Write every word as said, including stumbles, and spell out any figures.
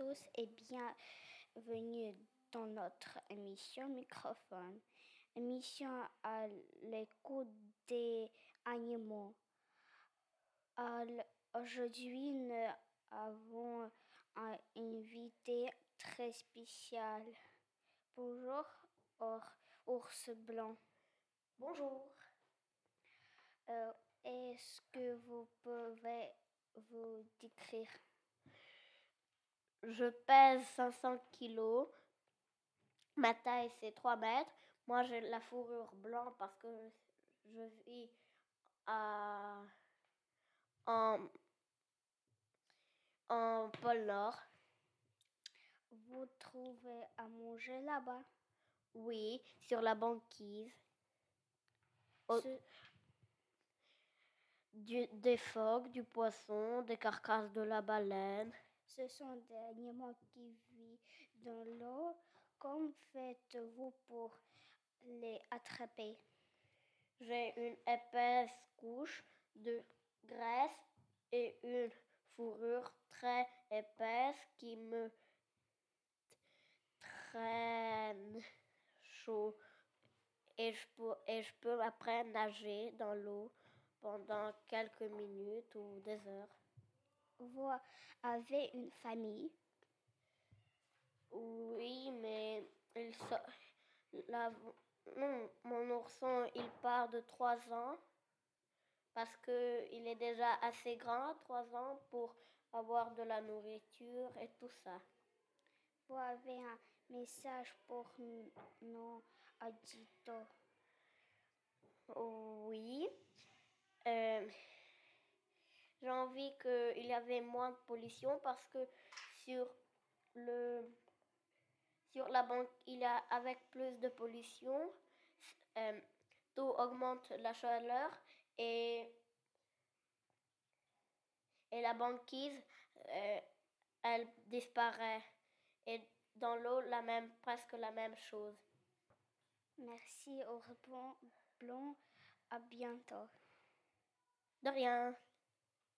tous et bienvenue dans notre émission Microphone. Émission à l'écoute des animaux. Aujourd'hui, nous avons un invité très spécial. Bonjour, ours blanc. Bonjour. Euh, est-ce que vous pouvez vous décrire? Je pèse cinq cents kilos. Ma taille, c'est trois mètres. Moi, j'ai la fourrure blanche parce que je vis à, en, en pôle Nord. Vous trouvez à manger là-bas? Oui, sur la banquise. Ce, du, des phoques, du poisson, des carcasses de la baleine. ce sont des animaux qui vivent dans l'eau. Comment faites-vous pour les attraper? J'ai une épaisse couche de graisse et une fourrure très épaisse qui me traîne chaud. Et je peux, et je peux après nager dans l'eau pendant quelques minutes ou des heures. Vous avez une famille? Oui, mais il so... La... non, mon ourson, il part de trois ans parce qu'il est déjà assez grand, trois ans, pour avoir de la nourriture et tout ça. Vous avez un message pour nos auditeurs? Oui. Euh, j'ai envie qu'il y avait moins de pollution parce que sur le sur la banque, il y a avec plus de pollution, euh, tout augmente la chaleur et et la banquise, euh, elle disparaît. Et dans l'eau, la même, presque la même chose. Merci, ours blanc. À bientôt. De rien.